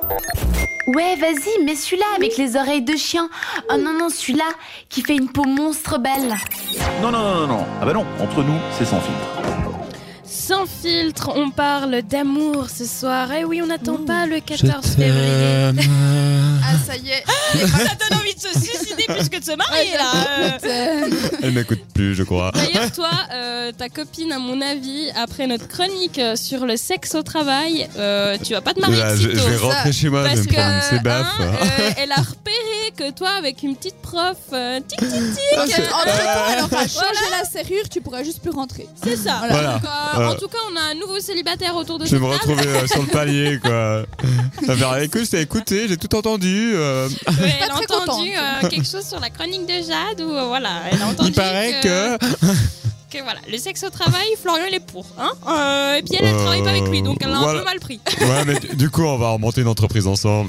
Ouais, vas-y, mets celui-là avec les oreilles de chien. Oh non, celui-là qui fait une peau monstre belle. Non. Ah bah non, entre nous, c'est sans filtre. Sans filtre, on parle d'amour ce soir. Et oui, on n'attend pas le 14 février. Ah, ça y est. Ça donne envie de se suicider plus que de se marier, là. Elle m'écoute plus, je crois. D'ailleurs, toi, ta copine, à mon avis, après notre chronique sur le sexe au travail, tu vas pas te marier Là, de je sitôt. vais rentrer chez moi, je vais me prendre une sébafe. Elle a repéré que toi, avec une petite prof, tic. Entre-temps, elle aura changé la serrure, tu pourras juste plus rentrer. C'est ça. Voilà. Donc, en tout cas, on a un nouveau célibataire autour de Je vais cette me table. retrouver sur le palier, quoi. Ça fait rien que je t'ai écouté, j'ai tout entendu. Ouais, elle a très entendu quelque chose sur la chronique de Jade ou voilà, elle a entendu Il paraît que... que voilà, le sexe au travail, Florian il est pour, hein. Et puis elle travaille pas avec lui, donc elle a un peu mal pris. Ouais, mais du coup, on va remonter une entreprise ensemble.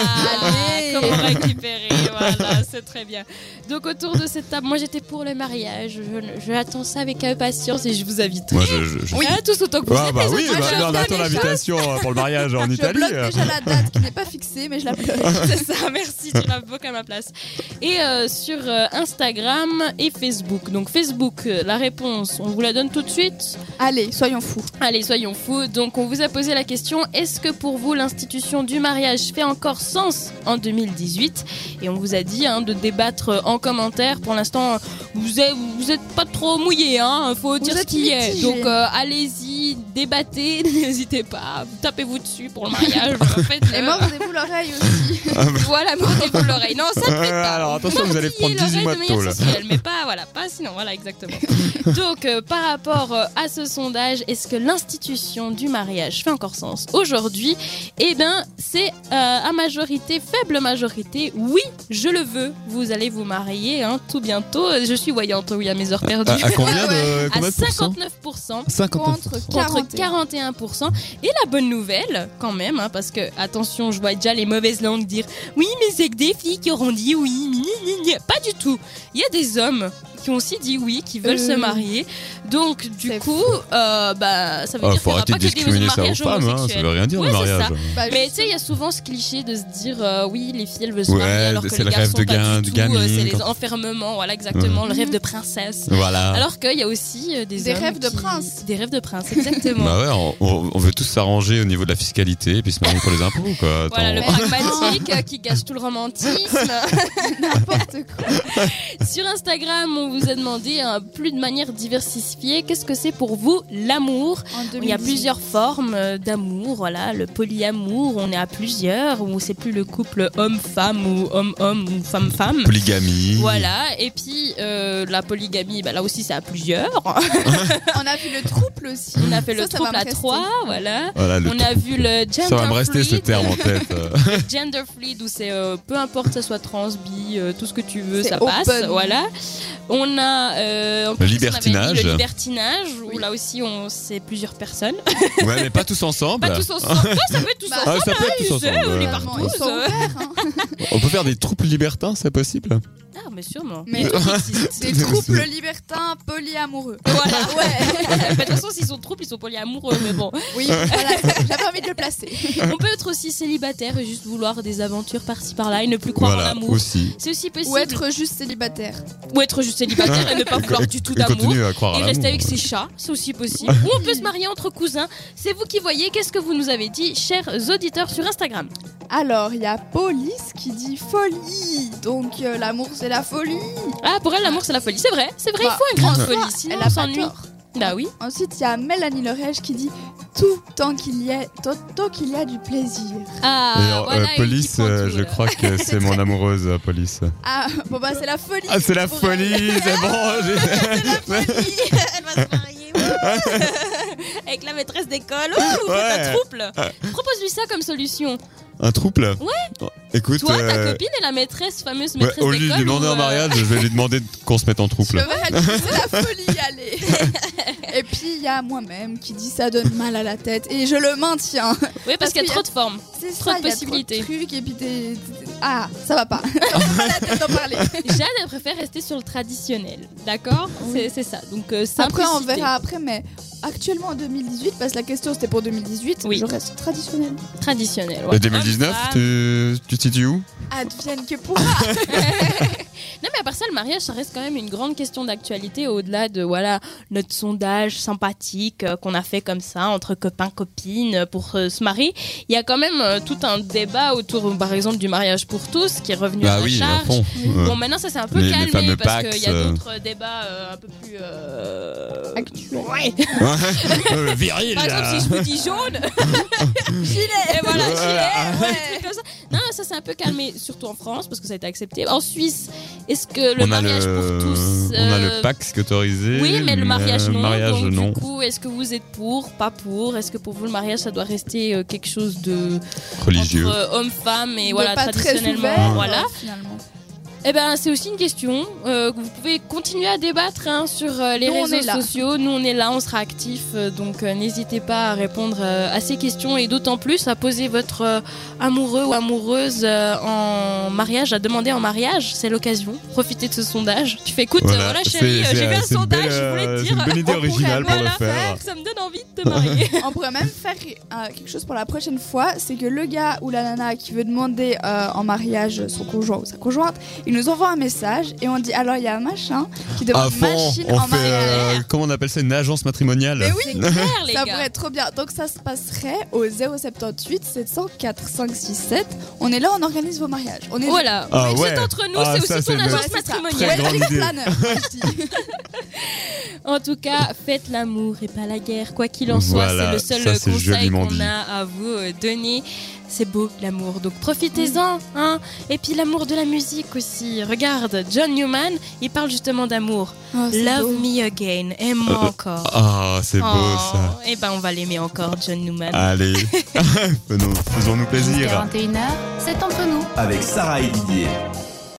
Allez, comment récupérer, voilà, c'est très bien. Donc autour de cette table, moi j'étais pour le mariage, je attends ça avec impatience et je vous invite. Moi, je... Oui, tous autant que vous êtes les oui, autres. on attend l'invitation pour le mariage en Italie. Je bloque déjà la date qui n'est pas fixée, mais je la bloque. C'est ça, merci, tu l'as bloqué à ma place. Et sur Instagram et Facebook. Donc Facebook, la réponse, on vous la donne tout de suite. Allez, soyons fous. Allez, soyons fous. Donc on vous a posé la question, est-ce que pour vous l'institution du mariage fait encore sens en 2018 ? Et on vous a dit de débattre en commentaire. Pour l'instant, vous êtes pas trop mouillés, faut dire ce qui est. Donc allez-y, débattez, n'hésitez pas, tapez-vous dessus pour le mariage. Et mordez-vous l'oreille aussi. Voilà, mordez-vous l'oreille. Non, ça ne fait pas. Alors attention, vous allez prendre 18 mois de tôle. Mais pas sinon, voilà, exactement. Donc, par rapport à ce sondage, est-ce que l'institution du mariage fait encore sens aujourd'hui ? Eh bien, c'est à faible majorité, oui, je le veux. Vous allez vous marier tout bientôt. Je suis voyante, oui, à mes heures perdues. À combien de À pourcents 59%. Contre 41%. Et la bonne nouvelle, quand même, parce que, attention, je vois déjà les mauvaises langues dire « Oui, mais c'est que des filles qui auront dit oui. » Pas du tout. Il y a des hommes qui ont aussi dit oui, qui veulent se marier. Donc, du coup, ça veut dire qu'il faut n'y aura arrêter pas de que des discriminer ça aux mariages femmes, ça homosexuels. veut rien dire le mariage. Mais tu sais, il y a souvent ce cliché de se dire oui, les filles elles veulent se marier alors que c'est les le rêve garçons de pas du du tout. gamine. C'est les enfermements, voilà exactement, le rêve de princesse. Voilà. Alors qu'il y a aussi des hommes rêves de prince. Des rêves de prince, exactement. Bah ouais, on veut tous s'arranger au niveau de la fiscalité et puis se marier pour les impôts, quoi. Voilà, le pragmatique qui gâche tout le romantisme. n'importe quoi. Sur Instagram, on vous a demandé plus de manière diversifiée. Qu'est-ce que c'est pour vous l'amour ? Il y a plusieurs formes d'amour. Voilà, le polyamour, on est à plusieurs, ou c'est plus le couple homme-femme ou homme-homme ou femme-femme. Polygamie. Voilà, et puis la polygamie, là aussi c'est à plusieurs. On a vu le trouble aussi. On a fait le trouble à 3, voilà. On a vu le gender ça va me rester ce fluid. terme en tête. Gender fluid, où c'est peu importe que ça soit trans, bi, tout ce que tu veux, C'est ça passe. open. Voilà. On a Le libertinage. le libertinage, où là aussi c'est plusieurs personnes. Ouais, mais pas tous ensemble. Pas tous ensemble. Ouais, ça peut être tous Bah, ensemble. ça peut être tous ensemble. On est Ouais. partout. Ils sont ouverts. On peut faire des troupes libertins, c'est possible. Ah, mais sûrement. Mais des couples libertins polyamoureux. Voilà, ouais. De toute façon, s'ils sont trouples, ils sont polyamoureux, mais bon. Oui, voilà, j'avais envie de le placer. On peut être aussi célibataire et juste vouloir des aventures par-ci par-là et ne plus croire en l'amour. Aussi. C'est aussi possible. Ou être juste célibataire. Ou être juste célibataire et ne pas vouloir du tout Et d'amour. continuer à croire à Et rester l'amour. avec ses chats, c'est aussi possible. Ou on peut se marier entre cousins. C'est vous qui voyez. Qu'est-ce que vous nous avez dit, chers auditeurs sur Instagram ? Alors, il y a Police qui dit folie. Donc, l'amour, c'est la folie. Ah, pour elle, l'amour, c'est la folie. C'est vrai, il Bah, faut un grain de parfois, folie, sinon elle on a pas s'ennuie. tort. Bah oui. Ensuite, il y a Mélanie Lerège qui dit tout tant qu'il y a du plaisir. Ah, D'ailleurs, voilà. une Police, qui prend tout, je là. crois que c'est mon amoureuse, Police. Ah, bon bah c'est la folie. Ah, c'est la pour folie, elle. c'est bon. C'est la folie. Elle va se marier. Avec la maîtresse d'école. Ouh, Ouais. un trouble. Propose-lui ça comme solution. Un trouble. Ouais. Écoute, Toi, ta copine est la fameuse ouais, maîtresse au lieu de d'école. lui demander en mariage, je vais lui demander qu'on se mette en Je trouble. veux voir, elle dit, c'est la folie, allez. Et puis il y a moi-même qui dit ça donne mal à la tête et je le maintiens. Oui, parce qu'il y a qu'il trop de formes. C'est Trop ça, de il y a possibilités. trop de trucs et puis ah, ça va pas. On a pas la tête d'en parler. Jade, elle préfère rester sur le traditionnel. D'accord ? C'est ça. Donc, Après simplicité. on verra après, mais actuellement en 2018, parce que la question c'était pour 2018, Oui. je reste traditionnel. Traditionnel. Le 2019, Homme, tu te situes où? Advienne que pourra. Non mais à part ça, le mariage, ça reste quand même une grande question d'actualité au-delà de voilà notre sondage sympathique qu'on a fait comme ça entre copains copines pour se marier. Il y a quand même tout un débat autour, par exemple, du mariage pour tous qui est revenu à Ah la oui, à charge. fond. Bon, maintenant ça s'est un peu Les calmé fameux parce Pax, qu'il y a d'autres débats un peu plus Actuel. Ouais. Viril, Par exemple, là. si je vous dis jaune, gilet, et voilà, gilet, ouais, des trucs comme ça. Non, ça s'est un peu calmé, surtout en France, parce que ça a été accepté. En Suisse, est-ce que le mariage pour tous On a le Pax autorisé. oui, mais le mariage non. mariage, donc, non. du coup, est-ce que vous êtes pour, pas pour? Est-ce que pour vous, le mariage, ça doit rester quelque chose de Religieux. entre homme-femme et De voilà, pas très traditionnellement, ouvert, voilà. finalement. Eh ben, c'est aussi une question que vous pouvez continuer à débattre sur les Nous, on est réseaux là. sociaux. Nous, on est là, on sera actifs. Donc, n'hésitez pas à répondre à ces questions et d'autant plus à poser votre amoureux ou amoureuse en mariage, à demander en mariage. C'est l'occasion. Profitez de ce sondage. Tu fais, écoute, voilà, chérie, j'ai vu un c'est une sondage, belle, je voulais te c'est dire. une bonne idée on pourrait, originale pour le voilà, faire. ça me donne envie de te marier. On pourrait même faire quelque chose pour la prochaine fois, c'est que le gars ou la nana qui veut demander en mariage son conjoint ou sa conjointe, il nous envoie un message et on dit alors il y a un machin qui demande À une fond, machine on en fait, mariage. comment on appelle ça, une agence matrimoniale. Mais oui, C'est clair, les ça gars. pourrait être trop bien. Donc ça se passerait au 078 704 567. On est là, on organise vos mariages. On est Voilà, Ah mais ouais. c'est entre nous, Ah, c'est ça, aussi c'est ton une agence Ouais, c'est ça. matrimoniale. Très grande Wedding idée. planner, moi, je dis. En tout cas, faites l'amour et pas la guerre, quoi qu'il en soit. Voilà, c'est le ça, seul c'est conseil joliment qu'on dit. a à vous donner. C'est beau l'amour, donc profitez-en. Hein. Et puis l'amour de la musique aussi. Regarde, John Newman, il parle justement d'amour. Oh, c'est Love beau. me again, aime-moi encore. Ah, c'est beau ça. Et ben on va l'aimer encore, John Newman. Allez, faisons-nous Jusqu'à plaisir. 21h, c'est entre nous. Avec Sarah et Didier.